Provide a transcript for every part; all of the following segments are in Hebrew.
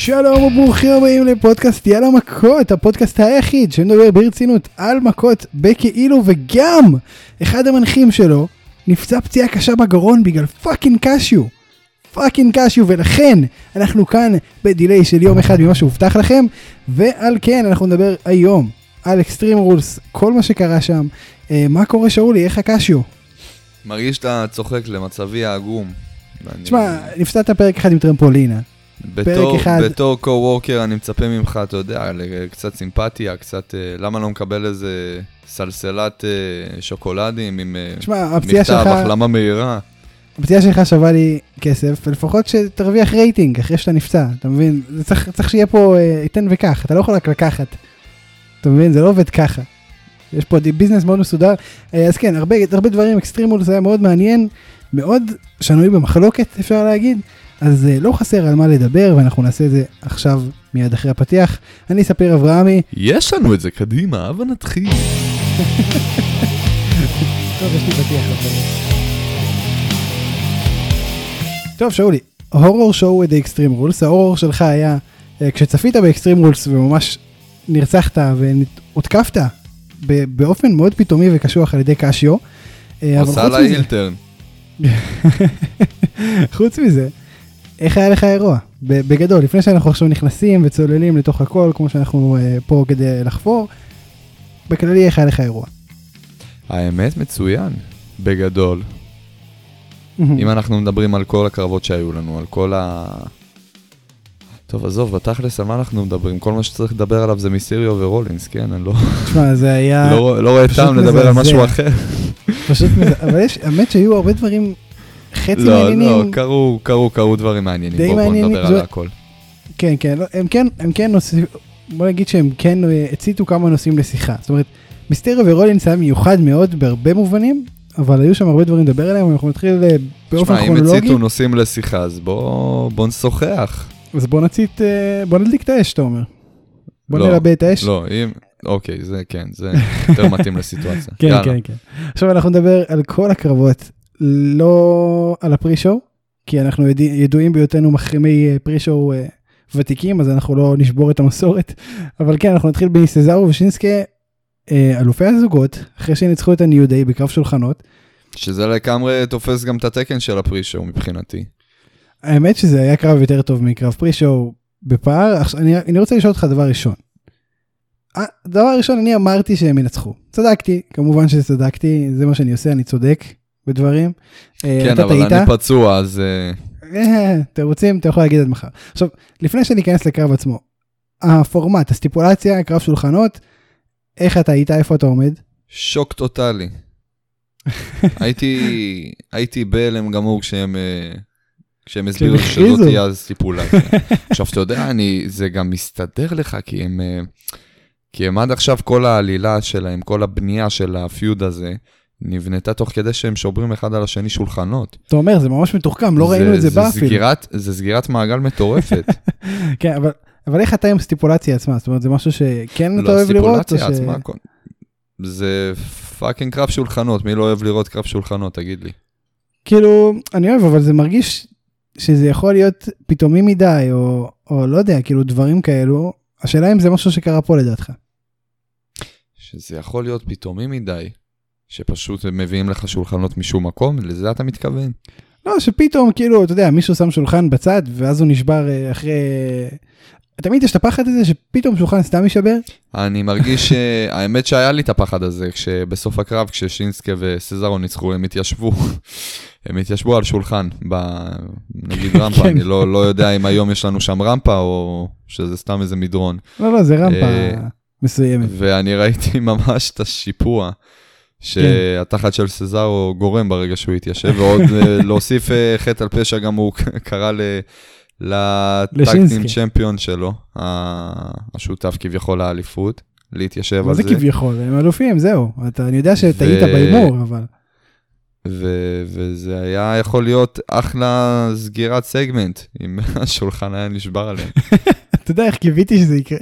שלום וברוכים הבאים לפודקאסט יאללה מכות, הפודקאסט היחיד שמדבר ברצינות על מכות בכאילו, וגם אחד המנחים שלו נפצע פציעה קשה בגרון בגלל פאקינג קשיו, ולכן אנחנו כאן בדילי של יום אחד ממה שהובטח לכם, ועל כן אנחנו נדבר היום על אקסטרים רולס, כל מה שקרה שם. מה קורה שאולי, איך הקשיו? מרגיש שאתה צוחק למצבי העגום. תשמע, נפצעת פרק אחד עם טרמפולינה. בתור קו-וורקר אני מצפה ממך, אתה יודע, קצת סימפתיה, קצת, למה לא מקבל איזה סלסלת שוקולדים עם מכתב החלמה מהירה? הפציעה שלך שווה לי כסף, ולפחות שתרוויח רייטינג אחרי שאתה נפצע, אתה מבין? צריך שיהיה פה איתן וכך, אתה לא יכול רק לקחת, אתה מבין? זה לא עובד ככה. יש פה ביזנס מאוד מסודר, אז כן, הרבה דברים, אקסטרימול, זה היה מאוד מעניין, מאוד שנוי במחלוקת, אפשר להגיד, אז לא חסר על מה לדבר, ואנחנו נעשה את זה עכשיו מיד אחרי הפתיח. אני ספיר אברהמי. יש לנו את זה, קדימה, אבל נתחיל. טוב, יש לי פתיח. טוב, שאולי, הורור שואו את האקסטרים רולס, ההורור שלך היה, כשצפית באקסטרים רולס וממש נרצחת והותקפת באופן מאוד פתאומי וקשוח על ידי קשיו. עושה לה הילטרן. חוץ מזה, איך היה לך האירוע? בגדול, לפני שאנחנו עכשיו נכנסים וצוללים לתוך הכל, כמו שאנחנו פה כדי לחפור, בכללי איך היה לך האירוע? האמת מצוין, בגדול. אם אנחנו מדברים על כל הקרבות שהיו לנו, על כל טוב, עזוב, בתכלס על מה אנחנו מדברים? כל מה שצריך לדבר עליו זה מיסטריו ורולינס, כן? אני לא... תשמע, זה היה... לא רואה טעם לדבר על משהו אחר. פשוט מזה, אבל יש, האמת שהיו הרבה דברים חצי מעניינים. לא, קרו דברים מעניינים, בואו נדבר על הכל. כן, הם כן נושאים, בוא נגיד שהם כן הציתו כמה נושאים לשיחה. זאת אומרת, מיסטריו ורולינס היה מיוחד מאוד בהרבה מובנים, אבל היו שם הרבה דברים לדבר עליהם, ואנחנו נתחיל באופן כרונולוגי. אם הציתו נושאים לשיחה, אז בוא נשוחח. אז בוא נדליק את האש, אתה אומר. בוא נלבה את האש. לא, אוקיי, זה כן, זה יותר מתאים לסיטואציה. כן. עכשיו אנחנו נדבר על כל הקרבות, לא על הפרי-שואו, כי אנחנו ידועים בהיותנו מחרימי פרי-שואו ותיקים, אז אנחנו לא נשבור את המסורת, אבל כן, אנחנו נתחיל בסזארו ושינסקי, אלופי הזוגות, אחרי שניצחו את הניו דיי בקרב שולחנות. שזה לגמרי תופס גם את התקן של הפרי-שואו מבחינתי. האמת שזה היה קרב יותר טוב מקרב פרי-שואו בפער. אני רוצה לשאול אותך דבר ראשון. דבר ראשון, אני אמרתי שהם ינצחו. צדקתי, כמובן שצדקתי, זה מה שאני עושה, אני צודק בדברים. כן, אבל אני פצוע, אז... תירוצים, אתה יכול להגיד עד מחר. עכשיו, לפני שאני אכנס לקרב עצמו, הפורמט, הסטיפולציה, קרב שולחנות, איך אתה היית, איפה אתה עומד? שוק טוטלי. הייתי בהלם גמור כשהם הסבירו שזאת תהיה הסטיפולציה. עכשיו, אתה יודע, זה גם מסתדר לך, כי הם עד עכשיו כל העלילה שלהם, כל הבנייה של הפיוד הזה, נבנתה תוך כדי שהם שוברים אחד על השני שולחנות. אתה אומר, זה ממש מתוחכם, לא ראינו את זה באפיל. זה סגירת מעגל מטורפת. כן, אבל איך אתה עם סטיפולציה עצמה? זאת אומרת, זה משהו שכן אתה אוהב לראות? לא, סטיפולציה עצמה, זה פאקינג קרב שולחנות, מי לא אוהב לראות קרב שולחנות, תגיד לי. כאילו, אני אוהב, אבל זה מרגיש שזה יכול להיות פתאומי מדי, או לא יודע, כאילו דברים כאלו. השאלה אם זה משהו שקרה פה לדעתך. שזה יכול להיות פתאומי מדי, שפשוט מביאים לך שולחנות משום מקום, לזה אתה מתכוון? לא, שפתאום, כאילו, אתה יודע, מישהו שם שולחן בצד, ואז הוא נשבר אחרי... תמיד יש את הפחד הזה שפתאום שולחן סתם יישבר? אני מרגיש שהאמת שהיה לי את הפחד הזה, כשבסוף הקרב, כששינסקי וסזארו ניצחו, הם התיישבו על שולחן, נגיד רמפה, אני לא יודע אם היום יש לנו שם רמפה, או שזה סתם איזה מדרון. לא, זה רמפה מסוימת. ואני ראיתי ממש את השיפוע, שהתחת של סזארו גורם ברגע שהוא התיישב, ועוד להוסיף חטא על פשע, גם הוא קרא לטאקטים צ'מפיון שלו, השותף כביכול האליפות, להתיישב על זה. מה זה כביכול? הם אלופים, זהו. אני יודע שטעית בהימור, אבל... וזה היה יכול להיות אחלה סגירת סגמנט, אם השולחן היה נשבר עליהם. אתה יודע איך קיוויתי שזה יקרה.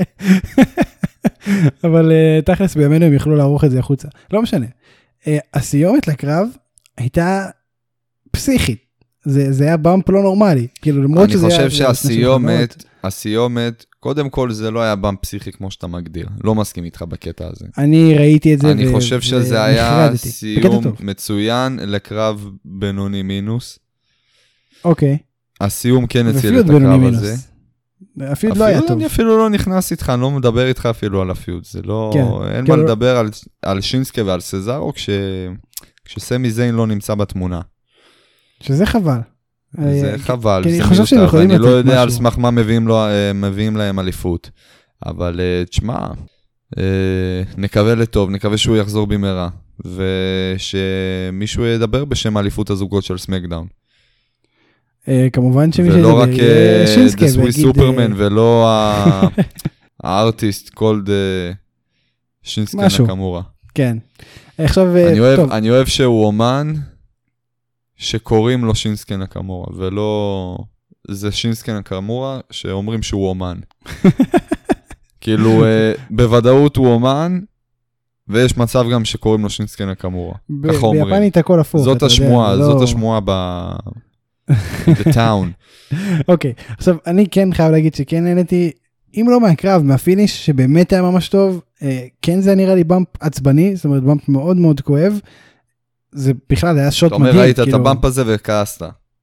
אבל תכלס בימינו הם יכלו לערוך את זה החוצה. לא משנה. הסיומת לקרב הייתה פסיכית. זה היה באמפ לא נורמלי. כאילו, למרות שזה היה... אני חושב שהסיומת הסיומת, קודם כל זה לא היה באמפ פסיכי כמו שאתה מגדיר. לא מסכים איתך בקטע הזה. אני ראיתי את זה אני חושב שזה היה סיום מצוין לקרב בינוני מינוס. אוקיי. הסיום כן הציל את הקרב הזה. הפיוד לא היה טוב. אני אפילו לא נכנס איתך, אני לא מדבר איתך אפילו על הפיוד. זה לא, אין מה לדבר על שינסקי ועל סזארו כשסמי זיין לא נמצא בתמונה. שזה חבל. זה חבל, כי אני חושב שהם יכולים לתת משהו. אני לא יודע על סמך מה מביאים להם אליפות. אבל תשמע, נקווה לטוב, נקווה שהוא יחזור במהרה, ושמישהו ידבר בשם האליפות הזוגות של סמקדאון. כמובן שמי ולא רק The Swiss Superman, ולא הארטיסט קולד שינסקי נקמורה. כן. עכשיו, אני אוהב שהוא אומן, שקוראים לו שינסקי נקמורה, ולא זה שינסקי נקמורה שאומרים שהוא אומן. כאילו, בוודאות הוא אומן, ויש מצב גם שקוראים לו שינסקי נקמורה. ככה אומרים. ביפנית הכל הפוך. זאת השמועה, זאת השמועה the town. אוקיי, עכשיו אני כן חייב להגיד שכן נהניתי, אם לא מהקרב, מהפיניש שבאמת היה ממש טוב, כן זה נראה לי באמפ עצבני, זאת אומרת באמפ מאוד מאוד כואב, זה בכלל היה שוט מדהים. אתה אומר, ראית את הבאמפ הזה וכעסת.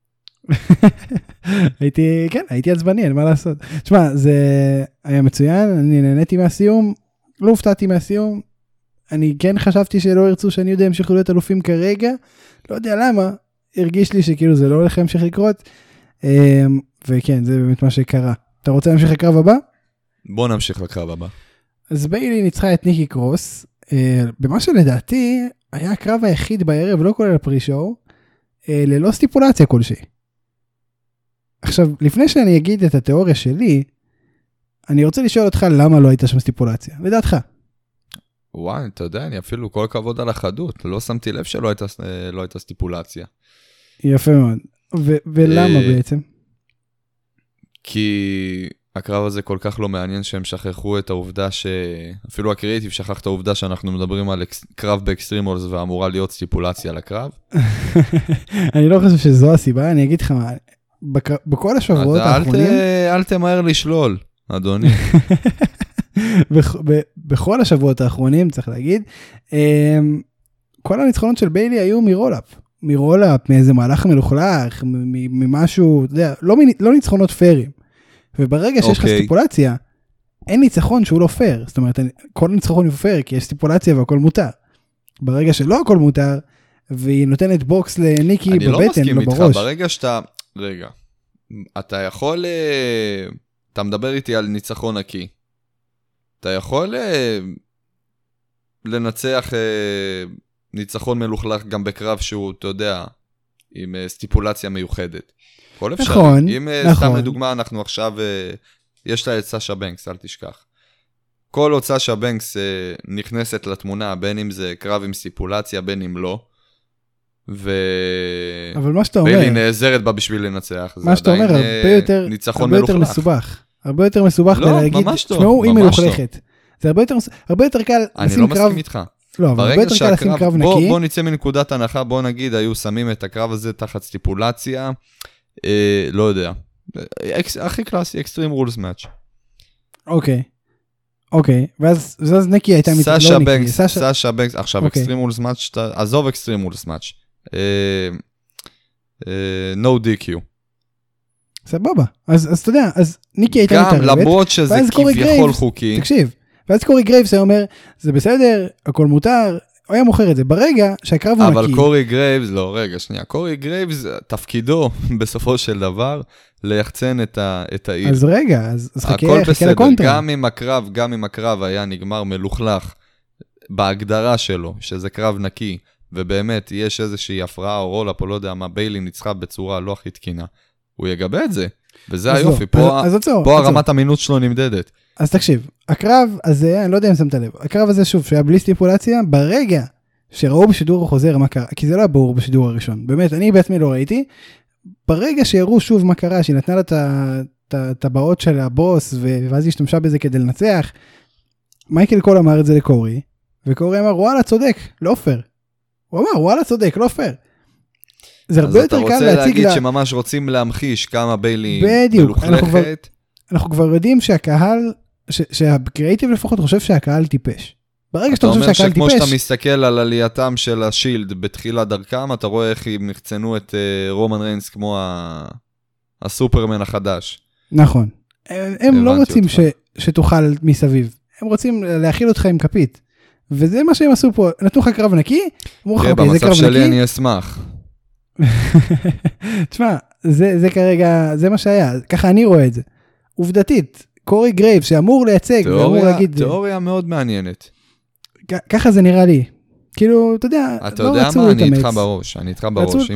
הייתי עצבני, אין מה לעשות. תשמע, זה היה מצוין, אני נהניתי מהסיום, לא הופתעתי מהסיום, אני כן חשבתי שלא ירצו שאני יודע המשיכו להיות אלופים כרגע, לא יודע למה, הרגיש לי שכאילו זה לא הולך להמשיך לקרות, וכן, זה באמת מה שקרה. אתה רוצה להמשיך לקרב הבא? בוא נמשיך לקרב הבא. אז ביילי ניצחה את ניקי קרוס, במה שלדעתי היה הקרב היחיד בערב, לא כולל הפרי-שואו, ללא סטיפולציה כלשהי. עכשיו, לפני שאני אגיד את התיאוריה שלי, אני רוצה לשאול אותך למה לא הייתה שם סטיפולציה, לדעתך. וואי, אתה יודע, אני אפילו כל כבוד על החדות, לא שמתי לב שלא הייתה סטיפולציה. יפה מאוד. ולמה בעצם? כי הקרב הזה כל כך לא מעניין שהם שכחו את העובדה אפילו הקריאיטיב שכח את העובדה שאנחנו מדברים על קרב באקסטרימולס ואמורה להיות סטיפולציה לקרב. אני לא חושב שזו הסיבה, אני אגיד לך מה, בכל השבועות האחרונים... אל תמהר לשלול, אדוני. בכל השבועות האחרונים, צריך להגיד, כל הניצחונות של ביילי היו מרולאפ, מאיזה מהלך מלוכלך, ממשהו, אתה יודע, לא ניצחונות פיירים. וברגע שיש לך סטיפולציה, אין ניצחון שהוא לא פייר. זאת אומרת, כל ניצחון הוא פייר, כי יש סטיפולציה והכל מותר. ברגע שלא הכל מותר, והיא נותנת בוקס לניקי בבטן, לא בראש. אני לא מסכים איתך, ברגע שאתה, רגע, אתה יכול, אתה מדבר איתי על ניצחון נקי. אתה יכול לנצח ניצחון מלוכלך גם בקרב שהוא, אתה יודע, עם סטיפולציה מיוחדת. כל אפשר. נכון, אם סתם לדוגמה, אנחנו עכשיו, יש לה את סאשה בנקס, אל תשכח. כל עוד סאשה בנקס נכנסת לתמונה, בין אם זה קרב עם סטיפולציה, בין אם לא, אבל מה שאתה אומר, ביילי נעזרת בה בשביל לנצח. מה שאתה אומר, הרבה יותר מסובך. הרבה יותר מסובך להגיד, תשמעו, היא מלוכלכת. זה הרבה יותר קל לשים קרב... אני לא מסכים איתך. לא, אבל הרבה יותר קל לשים קרב נקי. בוא נצא מנקודת הנחה, בוא נגיד, היו שמים את הקרב הזה תחת סטיפולציה, לא יודע. הכי קלאסי, אקסטרים רולס מאץ'. אוקיי. ואז נקי הייתה סאשה בנקס, עכשיו אקסטרים רולס מאץ', עזוב אקסטרים רולס מאץ'. No DQ. סבבה. אז אתה יודע, אז ניקי הייתה מתערבת. גם למרות שזה כביכול חוקי. תקשיב. ואז קורי גרייבס אומר, זה בסדר, הכל מותר, הוא היה מוכר את זה. ברגע שהקרב הוא נקי... אבל קורי גרייבס, לא, רגע, שנייה. קורי גרייבס, תפקידו בסופו של דבר, ליחצן את העיר. אז רגע, אז חכה לקונטרה. גם אם הקרב היה נגמר מלוכלך, בהגדרה שלו, שזה קרב נקי, ובאמת יש איזושהי הפרעה או רולאפ, או לא יודע מה, ביילי ניצחה בצורה לא הכי תקינה. הוא יגבה את זה. וזה היופי, פה הרמת אמינות שלו נמדדת. אז תקשיב, הקרב הזה, אני לא יודע אם שמת לב, הקרב הזה שוב, שהיה בלי סטיפולציה, ברגע שראו בשידור החוזר מה קרה, כי זה לא היה ברור בשידור הראשון, באמת, אני בעצמי לא ראיתי, ברגע שהראו שוב מה קרה, שהיא נתנה לה את הטבעות של הבוס, ואז היא השתמשה בזה כדי לנצח, מייקל קול אמר את זה לקורי, וקורי אמר, וואלה, צודק, לא פייר. הוא אמר, וואלה, צודק, לא פייר. זה הרבה יותר קל להציג לה... אז אתה רוצה להגיד שממש רוצים להמחיש כמה ביילי מלוכלכת, אנחנו כבר יודעים שהקהל, שהקריאיטיב לפחות חושב שהקהל טיפש. ברגע שאתה חושב שהקהל טיפש... אתה אומר שכמו שאתה מסתכל על עלייתם של השילד בתחילת דרכם, אתה רואה איך הם נחצנו את רומן ריינס כמו הסופרמן החדש. נכון. הם לא רוצים שתוכל מסביב. הם רוצים להכיל אותך עם כפית. וזה מה שהם עשו פה. נתנו לך קרב נקי, אמרו לך, אוקיי, זה קרב נקי. במצב שלי אני אשמח. תשמע, זה כרגע, זה מה שהיה. ככה אני רואה את זה. עובדתית, קורי גרייב שאמור לייצג, ואמור להגיד... תיאוריה מאוד מעניינת. ככה זה נראה לי. כאילו, אתה יודע, אתה יודע מה? אני איתך בראש. אני איתך בראש.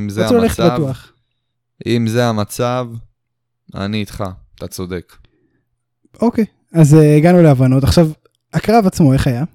אם זה המצב, אני איתך. אתה צודק. אוקיי. אז הגענו להבנות. עכשיו, הקרב עצמו, איך היה?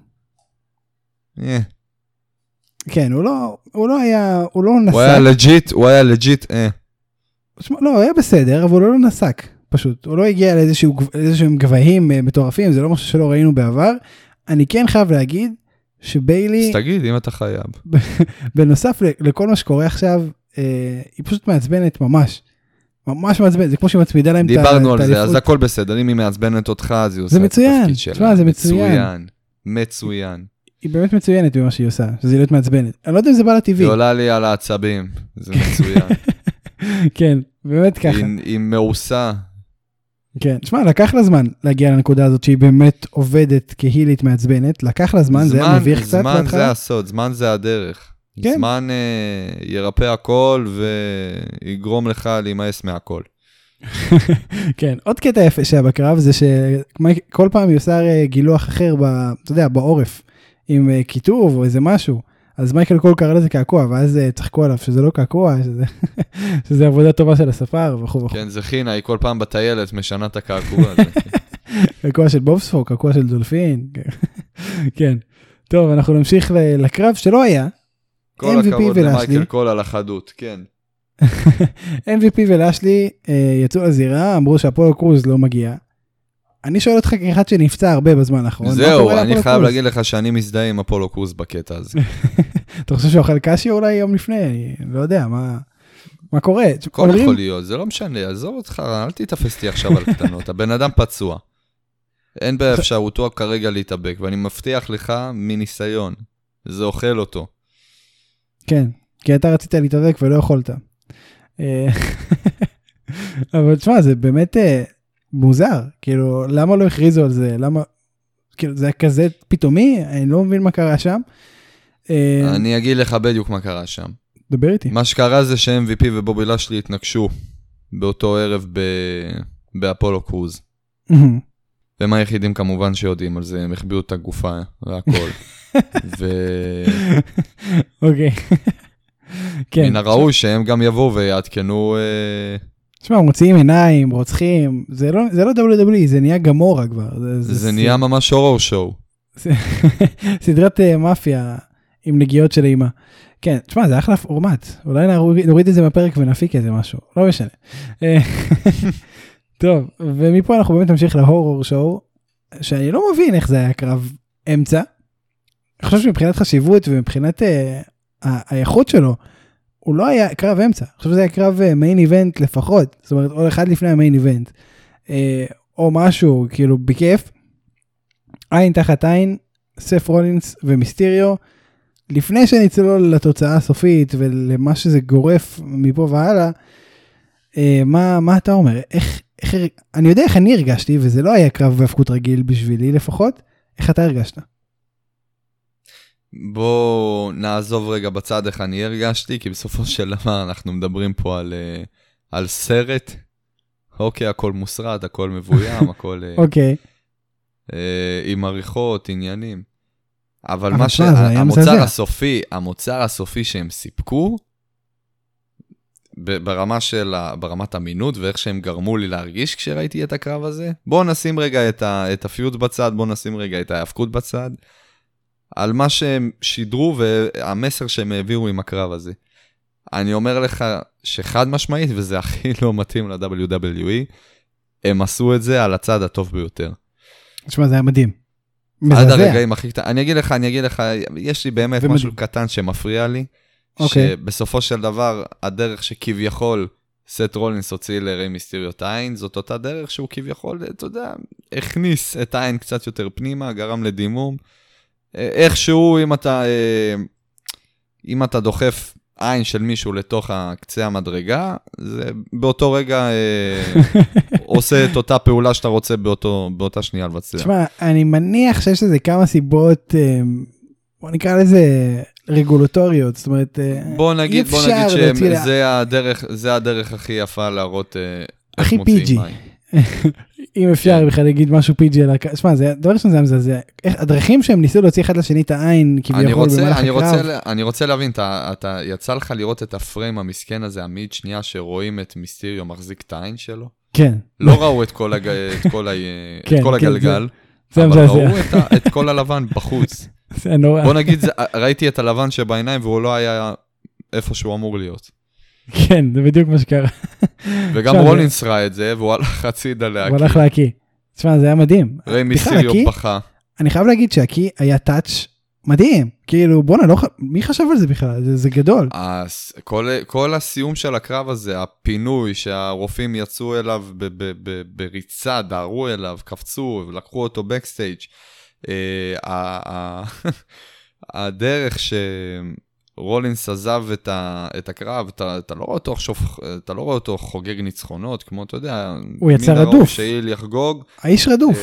כן, הוא לא היה, הוא לא נסק. הוא היה לג'יט. לא, הוא היה בסדר, אבל הוא לא נסק. פשוט. הוא לא הגיע לאיזשהם גבהים מטורפים, זה לא משהו שלא ראינו בעבר. אני כן חייב להגיד שביילי... אז תגיד, אם אתה חייב. בנוסף לכל מה שקורה עכשיו, היא פשוט מעצבנת ממש. ממש מעצבנת, זה כמו שהיא מצמידה להם את האליפות. דיברנו על זה, אז הכל בסדר. אם היא מעצבנת אותך, אז היא עושה את התפקיד שלה. תשמע, זה מצוין. מצוין. היא באמת מצוינת במה שהיא עושה, שזה להיות מעצבנת. אני לא יודע אם זה בא לטבעי. היא עולה לי על העצבים, זה מצוין. כן, באמת ככה. היא מעושה. כן, תשמע, לקח לה זמן להגיע לנקודה הזאת שהיא באמת עובדת כהילית מעצבנת, לקח לה זמן, זה היה מביך קצת. זמן זה הסוד, זמן זה הדרך. זמן ירפא הכל ויגרום לך להימאס מהכל. כן, עוד קטע יפה שהיה בקרב זה שכל פעם היא עושה גילוח אחר, אתה יודע, בעורף, עם כיתוב או איזה משהו, אז מייקל קול קרא לזה קעקוע, ואז צחקו עליו שזה לא קעקוע, שזה עבודה טובה של הספר וכו' וכו'. כן, זה חינה, היא כל פעם בטיילת משנה את הקעקוע הזה. קעקוע של בובספור, קעקוע של דולפין, כן. טוב, אנחנו נמשיך לקרב שלא היה. כל הכבוד למייקל קול על החדות, כן. MVP ולאשלי יצאו לזירה, אמרו שהפולו קרוז לא מגיע. אני שואל אותך כאחד שנפצע הרבה בזמן האחרון. זהו, אני חייב להגיד לך שאני מזדהה עם אפולו קרוז בקטע הזה. אתה חושב שהוא אוכל קשי אולי יום לפני? אני לא יודע, מה קורה? הכל יכול להיות, זה לא משנה, עזוב אותך, אל תתאפסתי עכשיו על קטנות, הבן אדם פצוע. אין באפשרותו כרגע להתאבק, ואני מבטיח לך מניסיון, זה אוכל אותו. כן, כי אתה רצית להתאבק ולא יכולת. אבל תשמע, זה באמת מוזר, כאילו, למה לא הכריזו על זה? למה, כאילו, זה היה כזה פתאומי, אני לא מבין מה קרה שם. אני אגיד לך בדיוק מה קרה שם. דבר איתי. מה שקרה זה ש-MVP ובובי לשלי התנגשו באותו ערב באפולו קרוז. והם היחידים כמובן שיודעים על זה, הם החביאו את הגופה והכל. אוקיי. מן הראוי שהם גם יבואו ויעדכנו... תשמע, מוציאים עיניים, רוצחים, זה לא WWE, זה נהיה גמורה כבר. זה נהיה ממש הורור שואו. סדרת מאפיה עם נגיעות של אימא. כן, תשמע, זה אחלה פורמט. אולי נוריד את זה מהפרק ונפיק איזה משהו. לא משנה. טוב, ומפה אנחנו באמת נמשיך להורור שואו, שאני לא מבין איך זה היה קרב אמצע. אני חושב שמבחינת חשיבות ומבחינת האיכות שלו, הוא לא היה קרב אמצע. אני חושב שזה היה קרב מיין איבנט לפחות. זאת אומרת, או אחד לפני המיין איבנט. או משהו, כאילו, בכיף. עין תחת עין, סף רולינס ומיסטריו, לפני שניצלו לתוצאה הסופית ולמה שזה גורף מפה והלאה, מה אתה אומר? אני יודע איך אני הרגשתי, וזה לא היה קרב בהפקות רגיל בשבילי לפחות, איך אתה הרגשת? בוא נעזוב רגע בצד איך אני הרגשתי, כי בסופו של דבר אנחנו מדברים פה על סרט, אוקיי, הכל מוסרט, הכל מבוים, הכל... אוקיי. עם עריכות, עניינים. אבל מה המוצר הסופי שהם סיפקו, ברמת אמינות ואיך שהם גרמו לי להרגיש כשראיתי את הקרב הזה, בואו נשים רגע את הפיוט בצד, בואו נשים רגע את ההפקות בצד, על מה שהם שידרו והמסר שהם העבירו עם הקרב הזה. אני אומר לך שחד משמעית, וזה הכי לא מתאים ל-WWE, הם עשו את זה על הצד הטוב ביותר. תשמע, זה היה מדהים. עד הרגעים הכי קטן. אני אגיד לך, יש לי באמת משהו קטן שמפריע לי, שבסופו של דבר, הדרך שכביכול סט רולינס הוציא לריי מיסטריו את העין, זאת אותה דרך שהוא כביכול, אתה יודע, הכניס את העין קצת יותר פנימה, גרם לדימום. איכשהו, אם אתה דוחף עין של מישהו לתוך הקצה המדרגה, זה באותו רגע עושה את אותה פעולה שאתה רוצה באותה שנייה לבצע. תשמע, אני מניח שיש לזה כמה סיבות, בוא נקרא לזה רגולטוריות, זאת אומרת, בוא נגיד שזה הדרך הכי יפה להראות איך מוציאים מים. אם אפשר בכלל להגיד משהו פיג'י על הקרב, שמע, דבר ראשון זה מזעזע, הדרכים שהם ניסו להוציא אחד לשני את העין, כביכול במהלך הקרב. אני רוצה להבין, אתה יצא לך לראות את הפריים המסכן הזה, עמיד שנייה, שרואים את מיסטריו מחזיק את העין שלו? כן. לא ראו את כל הגלגל, אבל ראו את כל הלבן בחוץ. בוא נגיד, ראיתי את הלבן שבעיניים, והוא לא היה איפה שהוא אמור להיות. כן, זה בדיוק מה שקרה. וגם רולינס ראה את זה, והוא הלך הצידה להקיא. הוא הלך להקיא. תשמע, זה היה מדהים. ריי מיסטריו בכה. אני חייב להגיד שהקיא היה טאץ' מדהים. כאילו, בוא'נה, מי חשב על זה בכלל? זה גדול. כל הסיום של הקרב הזה, הפינוי שהרופאים יצאו אליו בריצה, דהרו אליו, קפצו, ולקחו אותו בקסטייג'. הדרך רולינס עזב את הקרב, אתה לא רואה אותו חוגג ניצחונות, כמו אתה יודע, הוא יצא רדוף. שאיל יחגוג. האיש רדוף.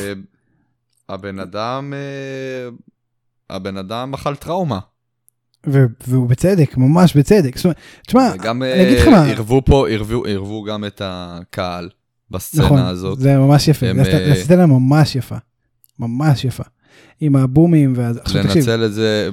הבן אדם אכל טראומה. והוא בצדק, ממש בצדק. תשמע, אני אגיד לך מה. ערבו גם את הקהל בסצנה נכון, הזאת. זה ממש יפה. זה סצנה ממש יפה. ממש יפה. עם הבומים. לנצל את זה,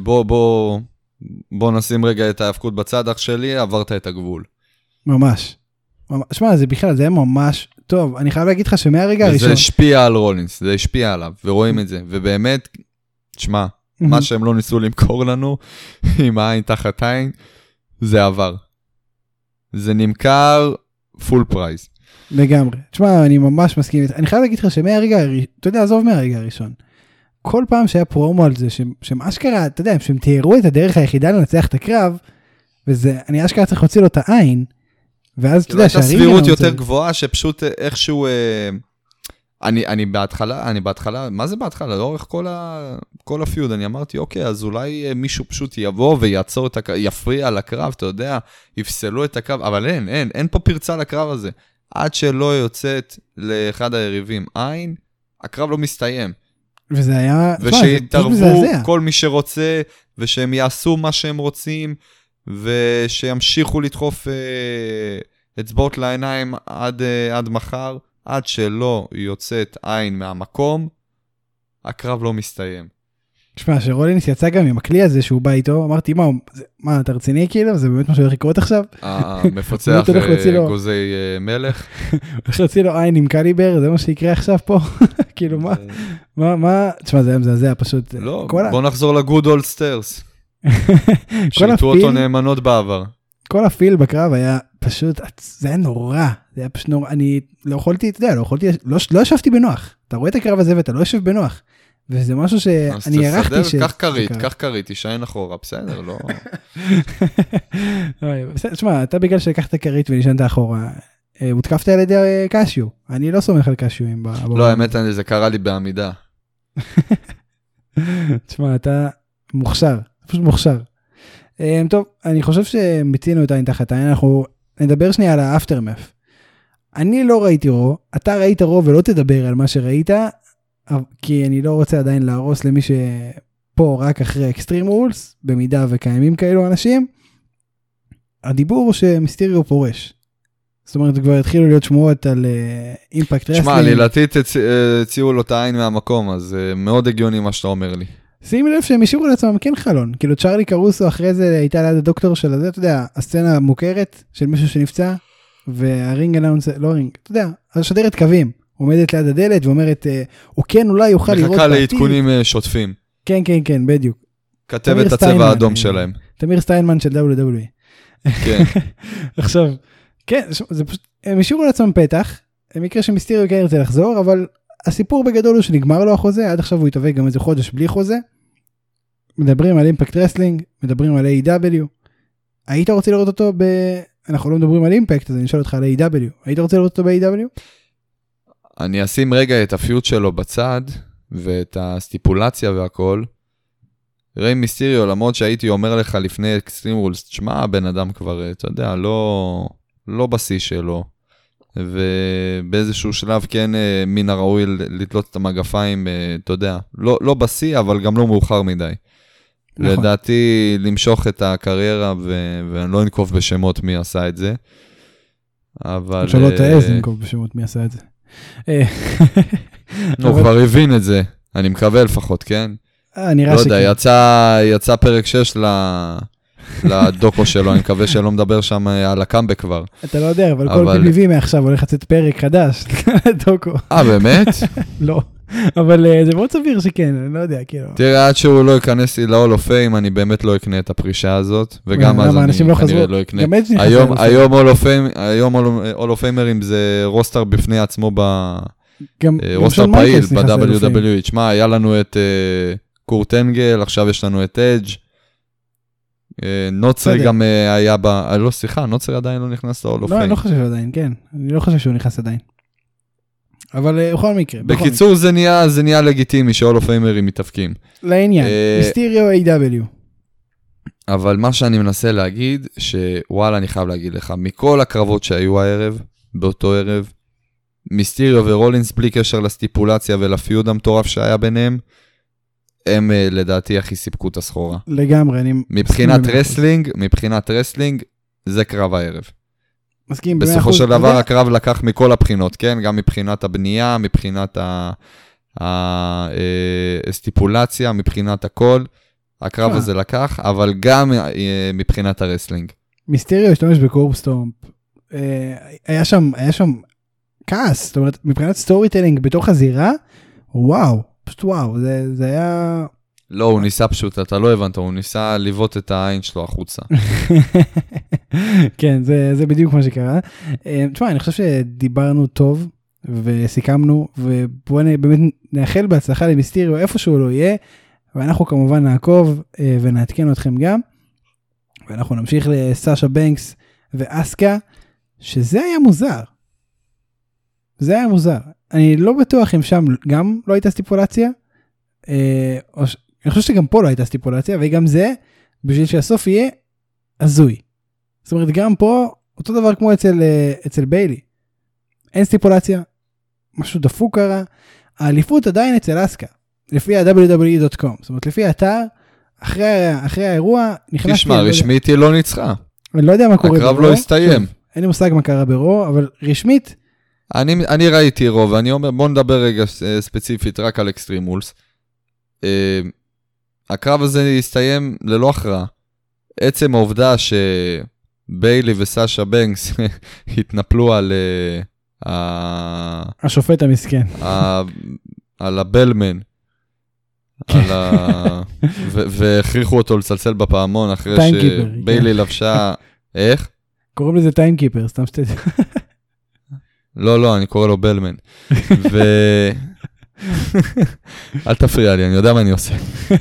בוא נשים רגע את ההפקות בצד, אח שלי, עברת את הגבול. ממש. שמע, זה בכלל, זה היה ממש טוב. אני חייב להגיד לך שמהרגע הראשון... וזה השפיע על רולינס, זה השפיע עליו, ורואים את זה. ובאמת, שמע, מה שהם לא ניסו למכור לנו, עם העין תחת עין, זה עבר. זה נמכר פול פרייז. לגמרי. תשמע, אני ממש מסכים. אני חייב להגיד לך שמהרגע, אתה יודע, עזוב מהרגע הראשון. כל פעם שהיה פרומו על זה, שהם אשכרה, אתה יודע, שהם תיארו את הדרך היחידה לנצח את הקרב, וזה, אני אשכרה צריך להוציא לו את העין, ואז אתה יודע שהרינג... הייתה סבירות יותר גבוהה, שפשוט איכשהו... אני בהתחלה, מה זה בהתחלה? לאורך כל הפיוד, אני אמרתי, אוקיי, אז אולי מישהו פשוט יבוא ויעצור את הקרב, יפריע לקרב, אתה יודע, יפסלו את הקרב, אבל אין פה פרצה לקרב הזה. עד שלא יוצאת לאחד היריבים עין, הקרב לא מסתיים. וזה היה... ושיתערבו כל מי שרוצה, ושהם יעשו מה שהם רוצים, ושימשיכו לדחוף אצבעות לעיניים עד מחר, עד שלא יוצאת עין מהמקום, הקרב לא מסתיים. תשמע, שרולינס יצא גם עם הכלי הזה שהוא בא איתו, אמרתי, מה, אתה רציני כאילו? זה באמת מה שהולך לקרות עכשיו? מפצח גוזי מלך. הולך להוציא לו עין עם קליבר, זה מה שיקרה עכשיו פה? כאילו, מה? תשמע, זה היה מזעזע פשוט. לא, בוא נחזור לגוד אולד סטרס. שיטו אותו נאמנות בעבר. כל הפיל בקרב היה פשוט, זה היה נורא. זה היה פשוט נורא. אני לא יכולתי, אתה יודע, לא ישבתי בנוח. אתה רואה את הקרב הזה ואתה לא יושב בנוח. וזה משהו שאני ערכתי קח כרית, תישען אחורה, בסדר, לא... תשמע, אתה בגלל שלקחת כרית ונשענת אחורה, הותקפת על ידי קשיו. אני לא סומך על קשיואים. לא, האמת, זה קרה לי בעמידה. תשמע, אתה מוכשר, פשוט מוכשר. טוב, אני חושב שמצינו את העין תחת העין, אנחנו נדבר שנייה על האפטרמף. אני לא ראיתי רו, אתה ראית רו ולא תדבר על מה שראית, כי אני לא רוצה עדיין להרוס למי שפה רק אחרי אקסטרים רולס, במידה וקיימים כאלו אנשים. הדיבור הוא שמיסטריו פורש. זאת אומרת, כבר התחילו להיות שמועות על אימפקט רסלינג. שמע, לילתית הציעו לו את העין מהמקום, אז מאוד הגיוני מה שאתה אומר לי. שימי לב שהם השאירו לעצמם כן חלון. כאילו צ'רלי קרוסו אחרי זה הייתה ליד הדוקטור של הזה, אתה יודע, הסצנה המוכרת של מישהו שנפצע, והרינג אנאונס, לא רינג, אתה יודע, השדרת קווים. עומדת ליד הדלת ואומרת, הוא כן אולי יוכל לראות מחכה לעדכונים שוטפים. כן, כן, כן, בדיוק. כתב את הצבע האדום שלהם. תמיר סטיינמן של WWE. כן. עכשיו, כן, זה פשוט, הם השאירו לעצמם פתח, במקרה שמיסטריו כן ירצה לחזור, אבל הסיפור בגדול הוא שנגמר לו החוזה, עד עכשיו הוא יתאבק גם איזה חודש בלי חוזה. מדברים על אימפקט רסלינג, מדברים על AEW. היית רוצה לראות אותו אנחנו לא מדברים על אימפקט, אז אני אשאל אותך על A.W. היית רוצה לראות אותו ב-A.W? אני אשים רגע את הפיוט שלו בצד, ואת הסטיפולציה והכל. ריי מיסטריו, למרות שהייתי אומר לך לפני אקסטרים רולס, תשמע, הבן אדם כבר, אתה יודע, לא בשיא שלו. ובאיזשהו שלב כן מן הראוי לתלות את המגפיים, אתה יודע, לא בשיא, אבל גם לא מאוחר מדי. נכון. לדעתי למשוך את הקריירה, ואני לא אנקוף בשמות מי עשה את זה. אבל... שלא תעז לנקוף בשמות מי עשה את זה. הוא כבר הבין את זה, אני מקווה לפחות, כן? נראה שכן. לא יודע, יצא פרק 6 לדוקו שלו, אני מקווה שלא מדבר שם על הקאמבק כבר. אתה לא יודע, אבל כל PPV מעכשיו הולך לצאת פרק חדש לדוקו. באמת? לא, אבל זה מאוד סביר שכן, אני לא יודע, כאילו. תראה, עד שהוא לא ייכנס לי ל-Hall of Fame, אני באמת לא אקנה את הפרישה הזאת, וגם אז אני כנראה לא אקנה. היום Hall of Fameרים זה רוסטר בפני עצמו רוסטר פעיל ב-WWE. תשמע, היה לנו את קורט אנגל, עכשיו יש לנו את אדג'. נוצר גם היה לא, סליחה, נוצר עדיין לא נכנס ל-Hall of Fame. לא, אני לא חושב עדיין, כן. אני לא חושב שהוא נכנס עדיין. אבל בכל מקרה. בקיצור, זה נהיה לגיטימי ש-Hall of Fameרים מתאפקים. לעניין, מיסטריו A.W. אבל מה שאני מנסה להגיד, שוואלה, אני חייב להגיד לך, מכל הקרבות שהיו הערב, באותו ערב, מיסטריו ורולינס בלי קשר לסטיפולציה ולפיוד המטורף שהיה ביניהם, הם לדעתי הכי סיפקו את הסחורה. לגמרי, אני... מבחינת רסלינג, זה קרב הערב. מסכים, בסופו של דבר הקרב לקח מכל הבחינות, כן? גם מבחינת הבנייה, מבחינת הסטיפולציה, מבחינת הכל. הקרב הזה לקח, אבל גם מבחינת הרסלינג. מיסטריו השתמש בקורבסטומפ. היה שם כעס, זאת אומרת, מבחינת סטורי טיילינג בתוך הזירה, וואו, פשוט וואו, זה היה... לא, הוא ניסה פשוט, אתה לא הבנת, הוא ניסה לבנות את העין שלו החוצה. כן, זה בדיוק מה שקרה. תשמע, אני חושב שדיברנו טוב, וסיכמנו, ובואו באמת נאחל בהצלחה למיסטריו, איפה שהוא לא יהיה, ואנחנו כמובן נעקוב, ונעדכן אתכם גם, ואנחנו נמשיך לסאשה בנקס ואסקה, שזה היה מוזר. זה היה מוזר. אני לא בטוח אם שם גם לא הייתה סטיפולציה, אני חושב שגם פה לא הייתה סטיפולציה, וגם זה, בשביל שהסוף יהיה הזוי. זאת אומרת, גם פה, אותו דבר כמו אצל ביילי. אין סטיפולציה, משהו דפוק קרה, האליפות עדיין אצל אסקה, לפי ה-wwe.com, זאת אומרת, לפי האתר, אחרי האירוע, נכנסתי... תשמע, רשמית היא לא ניצחה. אני לא יודע מה קורה הקרב לא הסתיים. אין לי מושג מה קרה ברו, אבל רשמית... אני ראיתי רוב, ואני אומר, בוא נדבר רגע ספציפית רק על אקסטרים רולס. הקרב הזה הסתיים ללא הכרעה. עצם העובדה שביילי וסאשה בנקס התנפלו על... השופט המסכן. על הבלמן. והכריחו אותו לצלצל בפעמון אחרי שביילי לבשה... איך? קוראים לזה טיימקיפר, סתם שתדע. לא, אני קורא לו בלמן. אל תפריע לי, אני יודע מה אני עושה.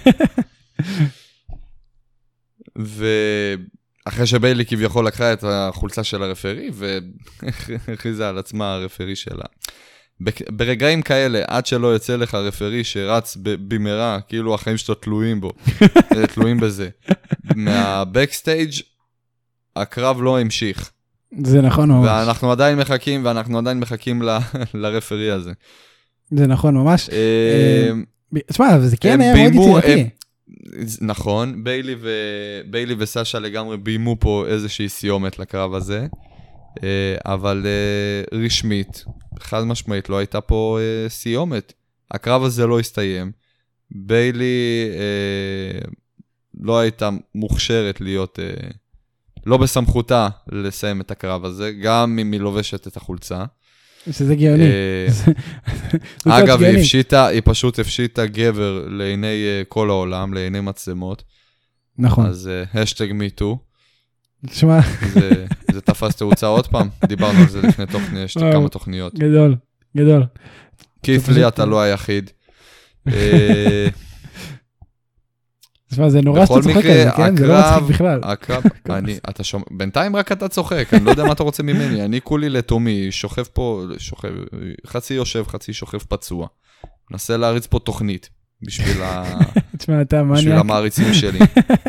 ואחרי שביילי כביכול לקחה את החולצה של הרפרי, והכריזה על עצמה הרפרי שלה. ברגעים כאלה, עד שלא יוצא לך רפרי שרץ במהרה, כאילו החיים שלו תלויים בזה. מהבקסטייג' הקרב לא המשיך. זה נכון ממש. ואנחנו עדיין מחכים לרפרי הזה. זה נכון ממש. תשמע, זה כן היה מאוד יצירתי. נכון, ביילי וסאשה לגמרי ביימו פה איזושהי סיומת לקרב הזה, אבל רשמית, חד משמעית, לא הייתה פה סיומת. הקרב הזה לא הסתיים. ביילי לא הייתה מוכשרת להיות... לא בסמכותה לסיים את הקרב הזה, גם אם היא לובשת את החולצה. שזה גאוני. אגב, היא פשוט הפשיטה גבר לעיני כל העולם, לעיני מצלמות. נכון. אז השטג מיטו. תשמע. זה תפס תאוצה עוד פעם, דיברנו על זה לפני תוכניות, יש כמה תוכניות. גדול. כיף לי, אתה לא היחיד. זה נורא שאתה צוחק על זה, כן? זה לא מצחיק בכלל. בינתיים רק אתה צוחק, אני לא יודע מה אתה רוצה ממני, אני כולי לתומי, שוכב פה, חצי יושב, חצי שוכב פצוע. נסה להריץ פה תוכנית, בשביל המעריצים שלי.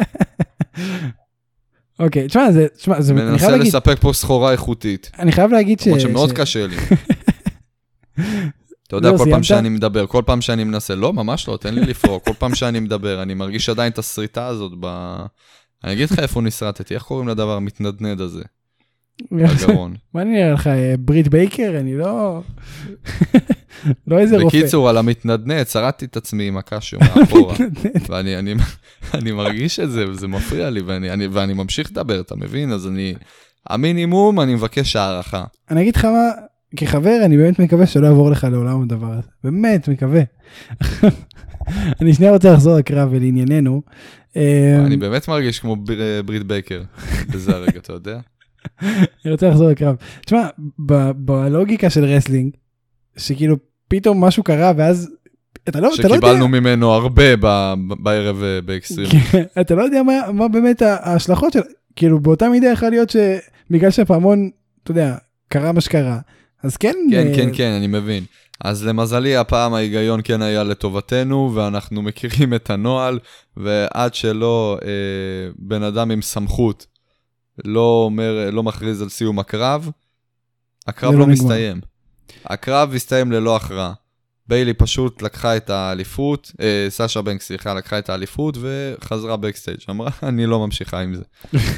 אוקיי, תשמע, זה... מנסה לספק פה סחורה איכותית. אני חייב להגיד למרות שמאוד קשה לי. אתה יודע, כל פעם שאני מדבר, כל פעם שאני מנסה, לא, ממש לא, תן לי לפרוק, כל פעם שאני מדבר, אני מרגיש עדיין את הסריטה הזאת אני אגיד לך איפה נסרטתי, איך קוראים לדבר המתנדנד הזה? בגרון. מה אני נראה לך, ברית בייקר? אני לא... לא איזה רופא. בקיצור, על המתנדנד, שרדתי את עצמי עם הקשו מאחורה, ואני מרגיש את זה, וזה מפריע לי, ואני ממשיך לדבר, אתה מבין? אז המינימום, אני מבקש הערכה. אני אגיד לך מה, כחבר, אני באמת מקווה שלא יעבור לך לעולם הדבר הזה. באמת, מקווה. אני שנייה רוצה לחזור לקרב ולענייננו. אני באמת מרגיש כמו ברית בייקר, בזה הרגע, אתה יודע? אני רוצה לחזור לקרב. תשמע, בלוגיקה של רסלינג, שכאילו פתאום משהו קרה, ואז אתה לא יודע... שקיבלנו ממנו הרבה בערב באקסטרים. אתה לא יודע מה באמת ההשלכות של... כאילו באותה מידה יכול להיות שבגלל שהפעמון, אתה יודע, קרה מה שקרה, אז כן... כן, אני מבין. אז למזלי, הפעם ההיגיון כן היה לטובתנו, ואנחנו מכירים את הנוהל, ועד שלא בן אדם עם סמכות לא מכריז על סיום הקרב לא מסתיים. הקרב הסתיים ללא הכרעה. ביילי פשוט לקחה את האליפות, סאשה בנקס, סליחה, לקחה את האליפות וחזרה בקסטייג'. אמרה, אני לא ממשיכה עם זה.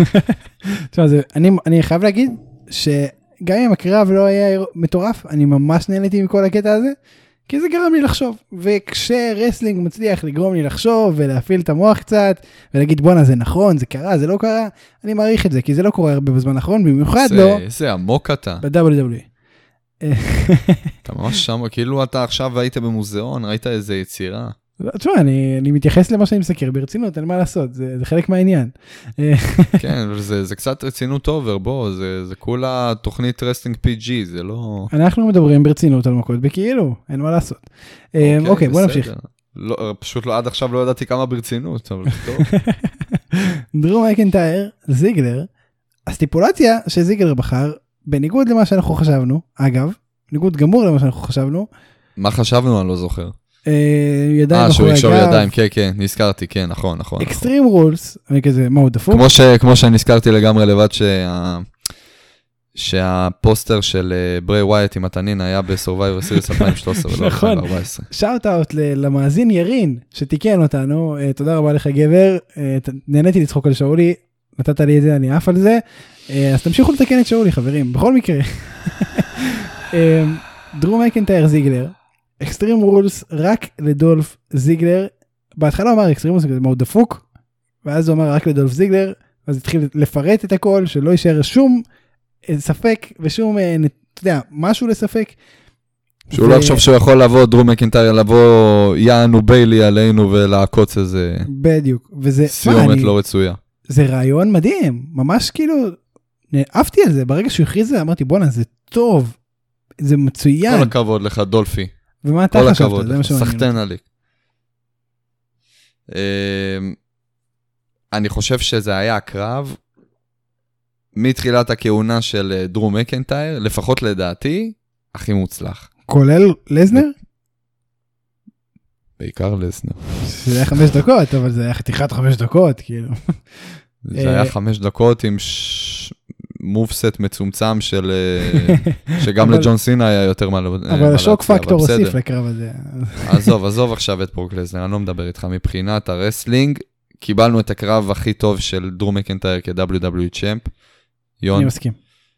אני חייב להגיד שגם אם הקרב לא היה מטורף, אני ממש נהניתי מכל הקטע הזה, כי זה גרם לי לחשוב. וכשרסלינג מצליח לגרום לי לחשוב ולהפעיל את המוח קצת, ולהגיד בואנה זה נכון, זה קרה, זה לא קרה, אני מעריך את זה, כי זה לא קורה הרבה בזמן האחרון, במיוחד לא. זה עמוק אתה. ב-WWE. אתה ממש שם, כאילו אתה עכשיו היית במוזיאון, ראית איזה יצירה. תשמע, אני מתייחס למה שאני מסקר ברצינות, אין מה לעשות, זה חלק מהעניין. כן, זה קצת רצינות אובר, בוא, זה כולה תוכנית רסטינג PG, זה לא... אנחנו מדברים ברצינות על מכות בכאילו, אין מה לעשות. אוקיי, בוא נמשיך. פשוט עד עכשיו לא ידעתי כמה ברצינות, אבל טוב. דרו מקנטייר, זיגלר, הסטיפולציה שזיגלר בחר, בניגוד למה שאנחנו חשבנו, אגב, בניגוד גמור למה שאנחנו חשבנו. מה חשבנו? אני לא זוכר. ידיים שהוא יקשור ידיים, כן, נזכרתי, כן, נכון. אקסטרים רולס, כזה, מה הוא דפוק? כמו שאני נזכרתי לגמרי לבד שהפוסטר של ברי ווייט עם התנין היה בסורווייבר סיריס 2013 ולא 2014. שאוט אאוט למאזין ירין שתיקן אותנו, תודה רבה לך גבר, נהניתי לצחוק על שאולי, נתת לי את זה, אני עף על זה, אז תמשיכו לתקן את שאולי חברים, בכל מקרה. דרו מקנטייר זיגלר, אקסטרים רולס רק לדולף זיגלר, בהתחלה הוא אמר אקסטרים רולס, מה הוא דפוק, ואז הוא אמר רק לדולף זיגלר, אז התחיל לפרט את הכל, שלא יישאר שום ספק, ושום, אתה יודע, משהו לספק. שהוא לא חושב שהוא יכול לבוא, דרו מקנטייר, לבוא יענו ביילי עלינו ולעקוץ איזה... בדיוק, וזה... סיומת לא רצויה. זה רעיון מדהים, ממש כאילו, נאהבתי על זה, ברגע שהוא הכריז זה, אמרתי, בוא'נה, זה טוב, זה מצוין. כל הכבוד לך, דולפי. ומה אתה חשבת? זה מה שמעניין. סחטן עלי. אני חושב שזה היה הקרב, מתחילת הכהונה של דרו מקנטייר, לפחות לדעתי, הכי מוצלח. כולל לזנר? בעיקר לזנר. זה היה 5 דקות, אבל זה היה חתיכת 5 דקות, כאילו. זה היה 5 דקות עם מובסט מצומצם שגם לג'ון סינה היה יותר מה להציע. אבל השוק פקטור הוסיף לקרב הזה. עזוב עכשיו את ברוק לזנר, אני לא מדבר איתך מבחינת הרסלינג, קיבלנו את הקרב הכי טוב של דרו מקנטייר כ-WWE צ'מפ. אני מסכים.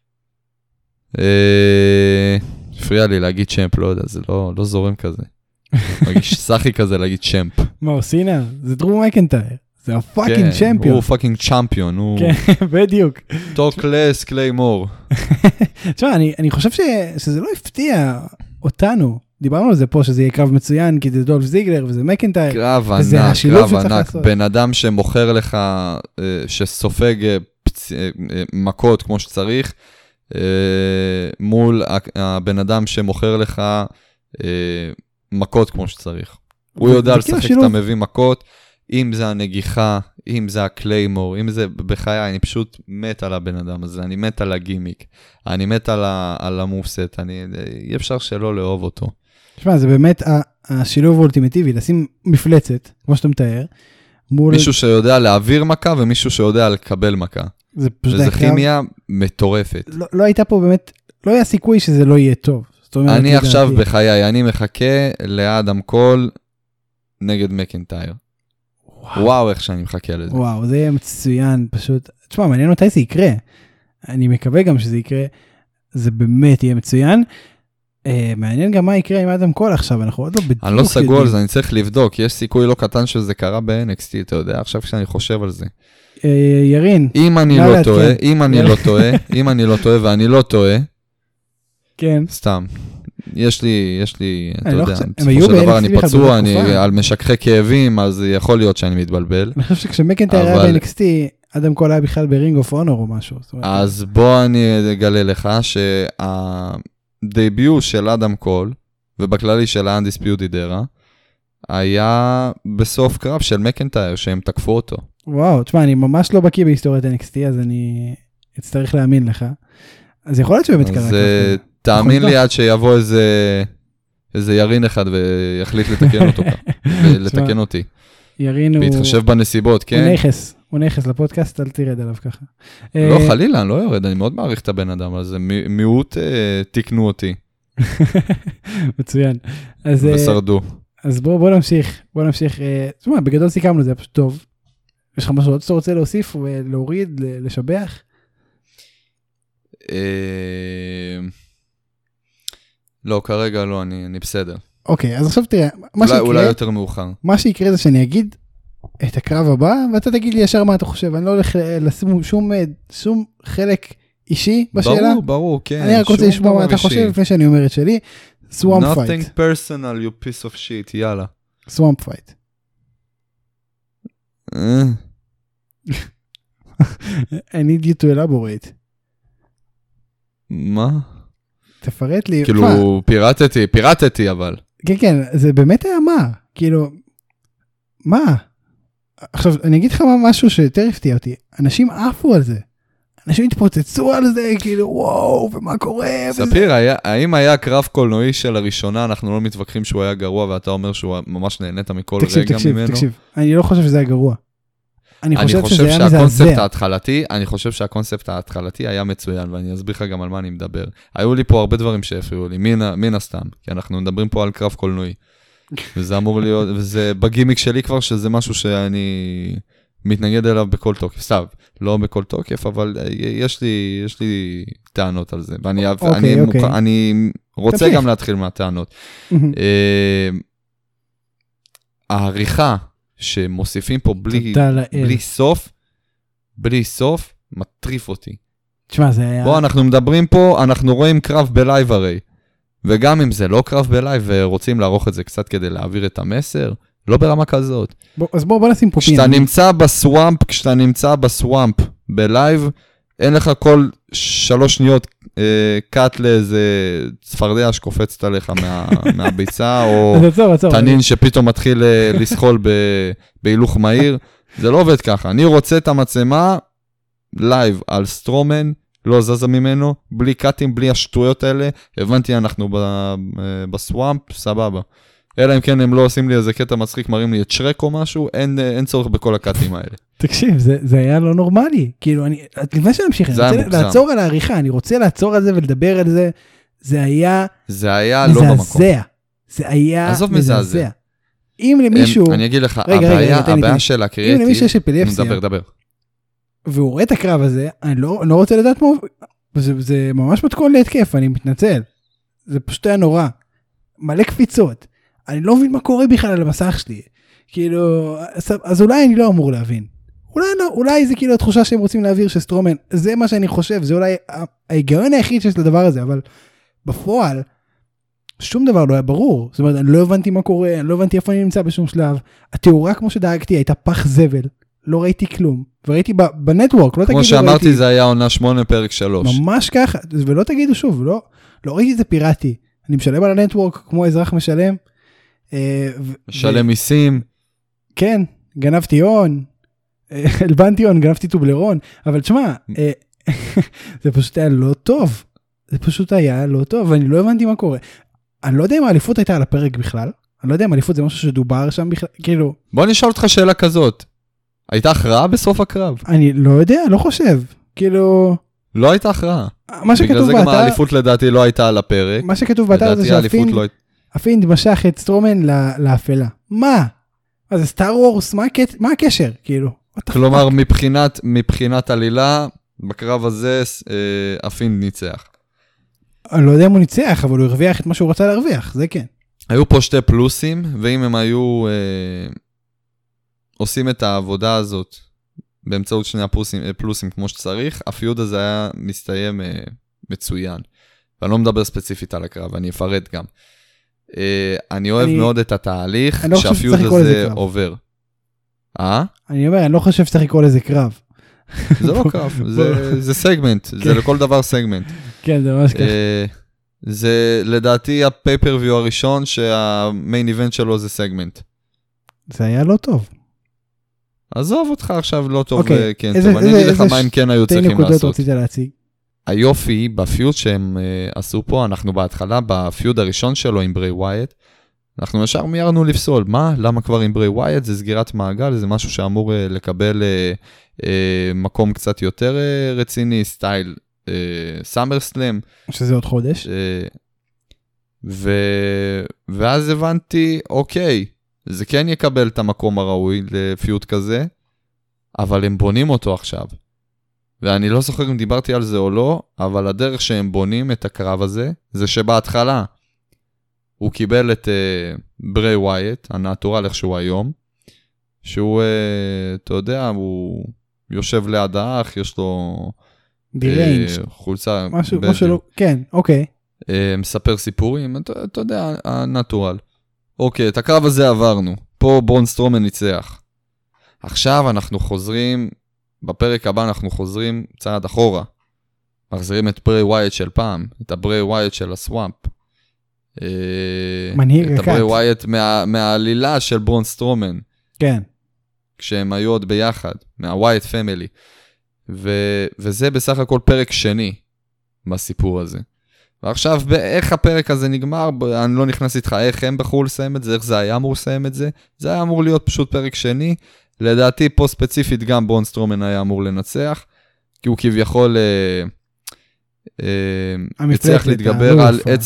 הפריע לי להגיד צ'מפ, לא יודע, זה לא זורם כזה. מרגיש סחי כזה להגיד צ'מפ. מה הוא סינה? זה דרו מקנטייר. זה הפאקינג צ'מפיון. הוא פאקינג צ'מפיון. כן, בדיוק. טוק לס, קליי מור. תשמע, אני חושב שזה לא הפתיע אותנו. דיברנו על זה פה, שזה יהיה קרב מצוין, כי זה דולף זיגלר וזה מקנטייר. קרב ענק. בן אדם שמוכר לך, שסופג מכות כמו שצריך, מול הבן אדם שמוכר לך מכות כמו שצריך. הוא יודע לשחק, אתה מביא מכות, אם זה הנגיחה, אם זה הקליימור, אם זה בחיי, אני פשוט מת על הבן אדם הזה, אני מת על הגימיק, אני מת על המופסט, אי אפשר שלא לאהוב אותו. תשמע, זה באמת השילוב האולטימטיבי, לשים מפלצת, כמו שאתה מתאר, מול... מישהו שיודע להעביר מכה, ומישהו שיודע לקבל מכה. וזה כימיה מטורפת. לא הייתה פה באמת, לא היה סיכוי שזה לא יהיה טוב. אני עכשיו בחיי, אני מחכה לאדם קול נגד מקינטייר. וואו, איך שאני מחכה לזה. וואו, זה יהיה מצוין, פשוט. תשמע, מעניין מתי זה יקרה. אני מקווה גם שזה יקרה. זה באמת יהיה מצוין. מעניין גם מה יקרה עם אדם קול עכשיו, אנחנו עוד לא בדיוק. אני לא סגור על זה, אני צריך לבדוק. יש סיכוי לא קטן שזה קרה ב-NXT, אתה יודע, עכשיו כשאני חושב על זה. ירין. אם אני לא טועה, ואני לא טועה, כן. סתם. יש לי, אתה יודע, בסופו של דבר אני פצוע, אני על משככי כאבים, אז יכול להיות שאני מתבלבל. אני חושב שכשמקינטייר היה ב-NXT, אדם קול היה בכלל ברינג אוף אונור או משהו. אז בוא אני אגלה לך שהדביוט של אדם קול, ובכללי של ה-Undisputed Era, היה בסוף קרב של מקינטייר, שהם תקפו אותו. וואו, תשמע, אני ממש לא בקיא בהיסטוריית NXT, אז אני אצטרך להאמין לך. אז יכול להיות שבאמת קרה. תאמין לי עד שיבוא איזה ירין אחד ויחליט לתקן אותו כאן, לתקן אותי. ירין הוא... להתחשב בנסיבות, כן? הוא נכס לפודקאסט, אל תירד עליו ככה. לא, חלילה, אני לא יורד, אני מאוד מעריך את הבן אדם, אז מיעוט תקנו אותי. מצוין. ושרדו. אז בוא נמשיך, תשמע, בגדול סיכמנו, זה פשוט טוב. יש לך משהו שאתה רוצה להוסיף ולהוריד, לשבח? לא, כרגע לא, אני בסדר. אוקיי, אז עכשיו תראה, אולי יותר מאוחר. מה שיקרה זה שאני אגיד את הקרב הבא, ואתה תגיד לי ישר מה אתה חושב, אני לא הולך לשים שום חלק אישי בשאלה. ברור, כן. אני רק רוצה לשמוע מה אתה חושב, לפני שאני אומר את שלי. Swamp Fight. Nothing personal, you piece of shit, יאללה. Swamp Fight. I need you to elaborate. מה? תפרט לי. כאילו, פירטתי, אבל. כן, זה באמת היה מה? כאילו, מה? עכשיו, אני אגיד לך משהו שיותר הפתיע אותי. אנשים עפו על זה. אנשים התפוצצו על זה, כאילו, וואו, ומה קורה? ספיר, האם היה קרב קולנועי של הראשונה, אנחנו לא מתווכחים שהוא היה גרוע, ואתה אומר שהוא ממש נהנית מכל רגע ממנו? תקשיב, אני לא חושב שזה היה גרוע. אני חושב שהקונספט ההתחלתי היה מצוין, ואני אסביר לך גם על מה אני מדבר. היו לי פה הרבה דברים שהפריעו לי, מן הסתם, כי אנחנו מדברים פה על קרב קולנועי. וזה אמור להיות, וזה בגימיק שלי כבר, שזה משהו שאני מתנגד אליו בכל תוקף. סתם, לא בכל תוקף, אבל יש לי טענות על זה, ואני רוצה גם להתחיל מהטענות. העריכה, שמוסיפים פה בלי סוף, מטריף אותי. תשמע, זה היה... בוא, אנחנו מדברים פה, אנחנו רואים קרב בלייב הרי, וגם אם זה לא קרב בלייב, ורוצים לערוך את זה קצת כדי להעביר את המסר, לא ברמה כזאת. אז בוא נשים פה פינה. כשאתה נמצא בסוואמפ בלייב, אין לך כל 3 שניות קאט לאיזה צפרדע שקופצת עליך מהביצה, או תנין שפתאום מתחיל לסחול בהילוך מהיר. זה לא עובד ככה. אני רוצה את המצלמה לייב על סטרומן, לא זזה ממנו, בלי קאטים, בלי השטויות האלה. הבנתי, אנחנו בסוואמפ, סבבה. אלא אם כן הם לא עושים לי איזה קטע מצחיק, מראים לי את שרק או משהו, אין צורך בכל הקאטים האלה. תקשיב, זה היה לא נורמלי. כאילו, לפני שנמשיך, אני רוצה לעצור על העריכה, אני רוצה לעצור על זה ולדבר על זה. זה היה לא במקום. זה היה מזעזע. אם למישהו... אני אגיד לך, הבעיה של הקריאטיב... אם למישהו יש אפילפסיה... דבר. והוא רואה את הקרב הזה, אני לא רוצה לדעת מה... זה ממש מתכון להתקף, אני מתנצל. זה פשוט היה נורא. מלא קפיצות. אני לא מבין מה קורה בכלל על המסך שלי. כאילו, אז אולי אני לא אמור להבין. אולי זה כאילו התחושה שהם רוצים להעביר שסטרומן, זה מה שאני חושב, זה אולי ההיגיון היחיד שיש לדבר הזה, אבל בפועל, שום דבר לא היה ברור. זאת אומרת, אני לא הבנתי מה קורה, אני לא הבנתי איפה אני נמצא בשום שלב. התיאורה, כמו שדאגתי, הייתה פח זבל. לא ראיתי כלום. וראיתי בנטוורק, לא תגידו ראיתי. כמו שאמרתי, זה היה עונה 8 פרק 3. ממש ככה, ולא תגידו שוב, לא ראיתי את זה פיראטי. אני משלם על הנטוורק כמו אזרח משלם. משלם מיסים. כן, גנבתי הון, הלבנתי הון, גנבתי טובלרון, אבל תשמע, זה פשוט היה לא טוב. זה פשוט היה לא טוב, ואני לא הבנתי מה קורה. אני לא יודע אם האליפות הייתה על הפרק בכלל, אני לא יודע אם האליפות זה משהו שדובר שם בכלל, כאילו... בוא נשאל אותך שאלה כזאת. הייתה הכרעה בסוף הקרב? אני לא יודע, לא חושב. כאילו... לא הייתה הכרעה. מה שכתוב באתר... בגלל זה גם האליפות לדעתי לא הייתה על הפרק. מה שכתוב באתר זה שהפינד משך את סטרומן לאפלה. מה? אז זה סטאר וורס, מה הקשר? כאילו... כלומר, מבחינת עלילה, בקרב הזה הפינד ניצח. אני לא יודע אם הוא ניצח, אבל הוא הרוויח את מה שהוא רצה להרוויח, זה כן. היו פה שתי פלוסים, ואם הם היו עושים את העבודה הזאת באמצעות שני הפלוסים כמו שצריך, הפיוד הזה היה מסתיים מצוין. ואני לא מדבר ספציפית על הקרב, אני אפרט גם. אני אוהב מאוד את התהליך שהפיוד הזה עובר. אני אומר, אני לא חושב שצריך לקרוא לזה קרב. זה לא קרב, זה סגמנט, זה לכל דבר סגמנט. כן, זה ממש ככה. זה לדעתי הפייפריוויו הראשון שהמיין איבנט שלו זה סגמנט. זה היה לא טוב. עזוב אותך עכשיו לא טוב וכן טוב, אני אגיד לך מה הם כן היו צריכים לעשות. היופי בפיוד שהם עשו פה, אנחנו בהתחלה בפיוד הראשון שלו עם ברי ווייט, אנחנו ישר מיירנו לפסול, מה? למה כבר עם ברי ווייט? זה סגירת מעגל, זה משהו שאמור לקבל מקום קצת יותר רציני, סטייל סאמר סלאם. שזה עוד חודש. ואז הבנתי, אוקיי, זה כן יקבל את המקום הראוי לפיוט כזה, אבל הם בונים אותו עכשיו. ואני לא זוכר אם דיברתי על זה או לא, אבל הדרך שהם בונים את הקרב הזה, זה שבהתחלה הוא קיבל את ברי ווייט, הנאטורל איך שהוא היום, שהוא, אתה יודע, הוא יושב ליד האח, יש לו חולצה. משהו לא, כן, אוקיי. מספר סיפורים, אתה יודע, הנאטורל. אוקיי, את הקרב הזה עברנו. פה ברון סטרומן ניצח. עכשיו אנחנו חוזרים, בפרק הבא אנחנו חוזרים צעד אחורה. מחזירים את ברי ווייט של פעם, את הברי ווייט של הסוואמפ. מנהיג את הברי ווייט מהעלילה של ברון סטרומן. כן. כשהם היו עוד ביחד, מהווייט פמילי. וזה בסך הכל פרק שני בסיפור הזה. ועכשיו, איך הפרק הזה נגמר, אני לא נכנס איתך איך הם בחרו לסיים את זה, איך זה היה אמור לסיים את זה, זה היה אמור להיות פשוט פרק שני, לדעתי פה ספציפית גם ברון סטרומן היה אמור לנצח, כי הוא כביכול הצליח להתגבר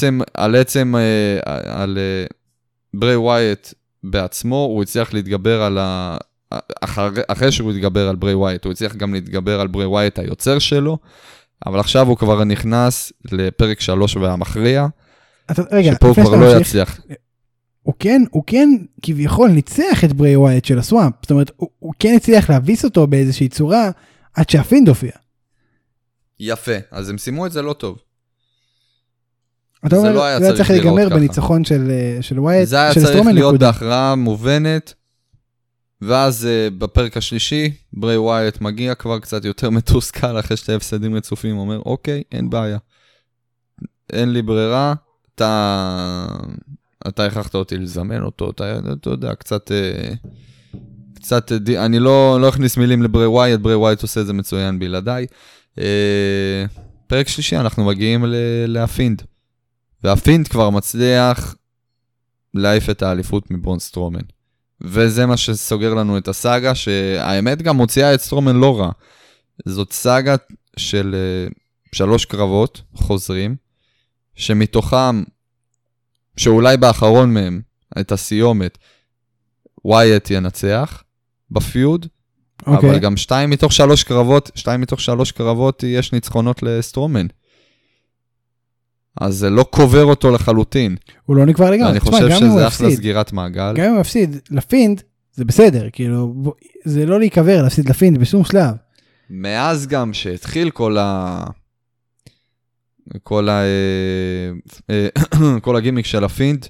על ברי ווייט בעצמו, הוא הצליח להתגבר על אחרי שהוא התגבר על ברי ווייט, הוא הצליח גם להתגבר על ברי ווייט היוצר שלו, אבל עכשיו הוא כבר נכנס לפרק 3 והמכריע, שפה הוא כבר לא יצליח. הוא כן כביכול ניצח את ברי ווייט של הסוואמפ, זאת אומרת, הוא כן הצליח להביס אותו באיזושהי צורה, עד שהפינד הופיע. יפה, אז הם שימו את זה לא טוב. אתה אומר, זה היה צריך להיגמר בניצחון של ווייט, זה היה צריך להיות בהכרעה מובנת, ואז בפרק השלישי, ברי ווייט מגיע כבר קצת יותר מתוסכל, אחרי שתי הפסדים רצופים, אומר, אוקיי, אין בעיה. אין לי ברירה, אתה הכרחת אותי לזמן אותו, אתה יודע, קצת, אני לא אכניס מילים לברי ווייט, ברי ווייט עושה את זה מצוין בלעדיי. פרק שלישי, אנחנו מגיעים להפינד, והפינד כבר מצליח להעיף את האליפות מברון סטרומן. וזה מה שסוגר לנו את הסאגה, שהאמת גם מוציאה את סטרומן לא רע. זאת סאגה של 3 קרבות חוזרים, שמתוכם, שאולי באחרון מהם, את הסיומת, ווייט ינצח בפיוד, אבל גם 2 מתוך 3 קרבות יש ניצחונות לסטרומן. אז זה לא קובר אותו לחלוטין. הוא לא נקבר לגמרי. אני חושב שזה אחלה סגירת מעגל. גם אם הוא הפסיד לפינד, זה בסדר, כאילו, זה לא להיקבר, להפסיד לפינד בשום שלב. מאז גם שהתחיל כל הגימיק של הפינד,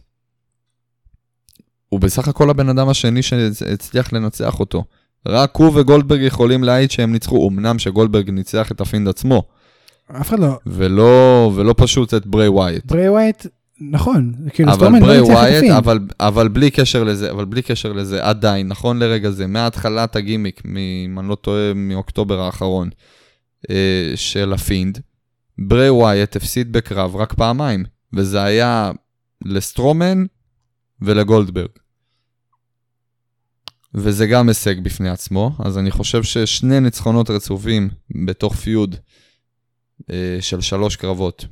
הוא בסך הכל הבן אדם השני שהצליח לנצח אותו. רק הוא וגולדברג יכולים להעיד שהם ניצחו, אמנם שגולדברג ניצח את הפינד עצמו. אף אחד לא. ולא פשוט את ברי ווייט. ברי ווייט נכון, כאילו אבל סטרומן לא ברי ניצח את ווייט, הפינד. אבל בלי קשר לזה, עדיין, נכון לרגע זה, מההתחלת הגימיק, אם אני לא טועה, מאוקטובר האחרון, של הפינד, ברי ווייט הפסיד בקרב רק פעמיים, וזה היה לסטרומן ולגולדברג. וזה גם הישג בפני עצמו, אז אני חושב ששני ניצחונות רצופים בתוך פיוד של 3 קרבות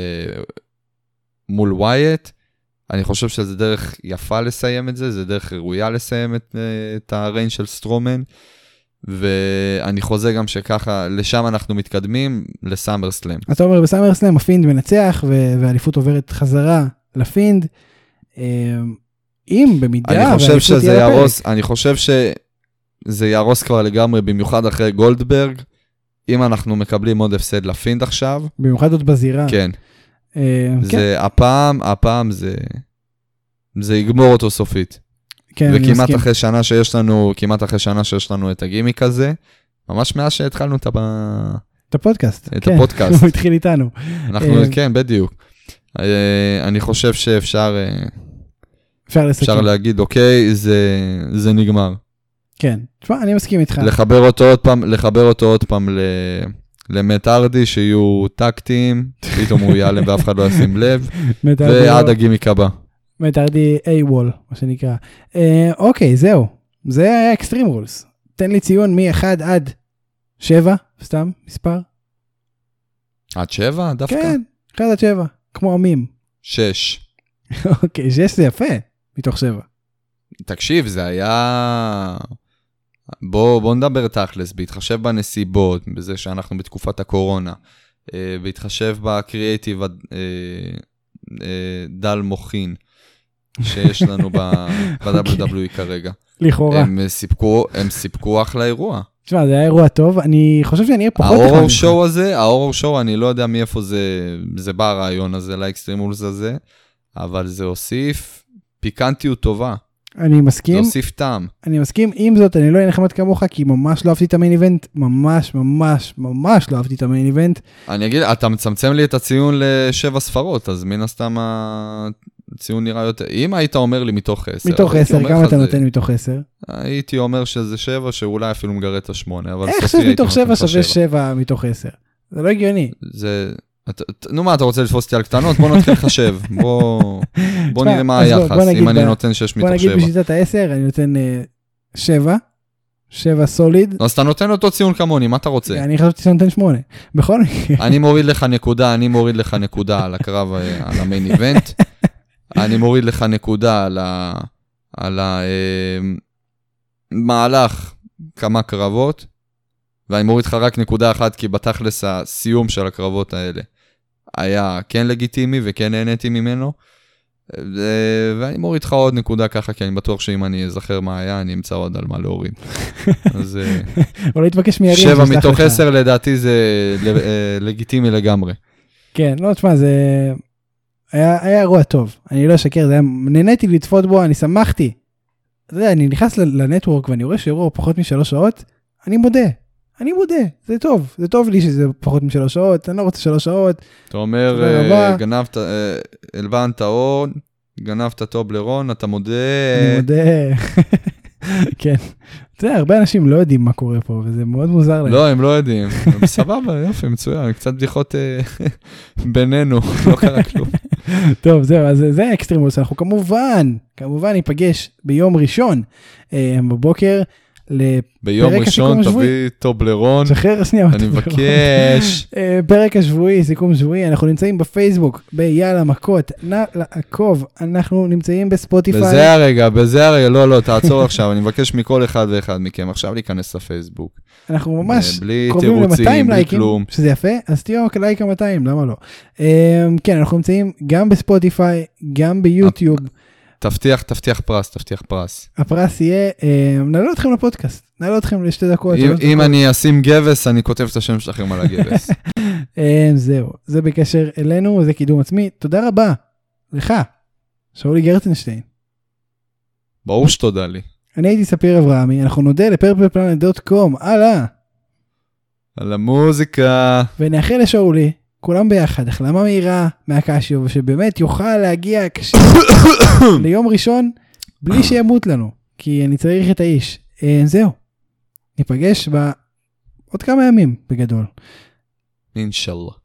מול ווייט, אני חושב שזה דרך יפה לסיים את זה, זה דרך ראויה לסיים את הריין של סטרומן, ואני חוזר גם שככה, לשם אנחנו מתקדמים לסאמר סלאם. אתה אומר, בסאמר סלאם הפינד מנצח, והאליפות עוברת חזרה לפינד, אם במידה... אני חושב שזה ירוס כבר לגמרי, במיוחד אחרי גולדברג, אם אנחנו מקבלים עוד הפסד לפינד עכשיו. במיוחד עוד בזירה. כן. זה הפעם זה יגמור אותו סופית. כן, וכמעט אחרי שנה שיש לנו את הגימיק הזה, ממש מאז שהתחלנו את הפודקאסט. את הפודקאסט. הוא התחיל איתנו. כן, בדיוק. אני חושב שאפשר להגיד, אוקיי, זה נגמר. כן, תשמע, אני מסכים איתך. לחבר אותו עוד פעם למט ארדי, שיהיו טקטיים, פתאום הוא יעלם ואף אחד לא ישים לב, ועד הגימיק הבא. מט ארדי A-Wall, מה שנקרא. אוקיי, זהו. זה היה אקסטרים רולס. תן לי ציון מ-1 עד 7, סתם, מספר. עד 7 דווקא? כן, 1 עד 7, כמו עמים. 6. אוקיי, 6 זה יפה, מתוך 7. תקשיב, זה היה... בוא נדבר תכלס, בהתחשב בנסיבות, בזה שאנחנו בתקופת הקורונה, בהתחשב בקריאייטיב דל מוכין, שיש לנו ב-WWE כרגע. לכאורה. הם סיפקו אחלה אירוע. תשמע, זה היה אירוע טוב, אני חושב שאני אהיה פחות... ההורור שואו, אני לא יודע מאיפה זה בא הרעיון הזה, לאקסטרימולס הזה, אבל זה הוסיף פיקנטיות טובה. אני מסכים. זה הוסיף טעם. אני מסכים, עם זאת, אני לא אהיה נחמד כמוך, כי ממש לא אהבתי את המיין איבנט, ממש לא אהבתי את המיין איבנט. אני אגיד, אתה מצמצם לי את הציון ל7 ספרות, אז מן הסתם הציון נראה יותר, אם היית אומר לי מתוך 10. מתוך 10, כמה אתה נותן מתוך 10? הייתי אומר שזה 7, שאולי אפילו מגרד את 8, אבל איך שזה מתוך 7 שווה 7 מתוך 10? זה לא הגיוני. זה... נו מה, אתה רוצה לתפוס אותי על קטנות? בוא נתחיל לחשב. בוא נראה מה היחס, אם אני נותן 6 מתוך 7. בוא נגיד בשיטת ה-10, אני נותן 7 סוליד. אז אתה נותן אותו ציון כמוני, מה אתה רוצה? אני חשבתי שאתה נותן 8. בכל מקרה. אני מוריד לך נקודה על הקרב, על המיין איבנט. אני מוריד לך נקודה על המהלך כמה קרבות. ואני מוריד לך רק נקודה אחת, כי בתכלס הסיום של הקרבות האלה היה כן לגיטימי וכן נהניתי ממנו, ואני מוריד לך עוד נקודה ככה, כי אני בטוח שאם אני אזכר מה היה, אני אמצא עוד על מה להוריד. אז... או להתבקש מירים. 7 מתוך 10 לדעתי זה לגיטימי לגמרי. כן, לא, תשמע, זה... היה אירוע טוב, אני לא אשקר, נהניתי לצפות בו, אני שמחתי. אתה יודע, אני נכנס לנטוורק ואני רואה שאירוע פחות מ3 שעות, אני מודה, זה טוב לי שזה פחות מ3 שעות, אני לא רוצה 3 שעות. אתה אומר, הלבנת און, גנבת טובלרון, אתה מודה. אני מודה, כן. אתה יודע, הרבה אנשים לא יודעים מה קורה פה, וזה מאוד מוזר להם. לא, הם לא יודעים. סבבה, יופי, מצוין, קצת בדיחות בינינו, לא קרה כלום. טוב, זהו, אז זה אקסטרימולס, אנחנו כמובן ניפגש ביום ראשון בבוקר, ביום ראשון תביא טובלרון, אני מבקש. פרק השבועי, סיכום שבועי, אנחנו נמצאים בפייסבוק, ביאללה מכות, נא לעקוב, אנחנו נמצאים בספוטיפיי. בזה הרגע, לא, תעצור עכשיו, אני מבקש מכל אחד ואחד מכם, עכשיו להיכנס לפייסבוק. אנחנו ממש בלי קרובים תירוצים, ל-200 בלי לייקים, כלום. שזה יפה, אז תהיו לייק ה-200, למה לא? כן, אנחנו נמצאים גם בספוטיפיי, גם ביוטיוב. תבטיח פרס. הפרס יהיה, נעלה אתכם לפודקאסט, נעלה אתכם ל2 דקות. אם אני אשים גבס, אני כותב את השם שלכם על הגבס. זהו, זה בקשר אלינו, זה קידום עצמי. תודה רבה לך, שאולי גרצנשטיין. ברור שתודה לי. אני הייתי ספיר אברהמי, אנחנו נודה לפרפלפלנט.com, על המוזיקה. ונאחל לשאולי כולם ביחד, החלמה מהירה מהקשיו, ושבאמת יוכל להגיע ליום ראשון, בלי שימות לנו, כי אני צריך את האיש. זהו. ניפגש בעוד כמה ימים, בגדול. אינשאללה.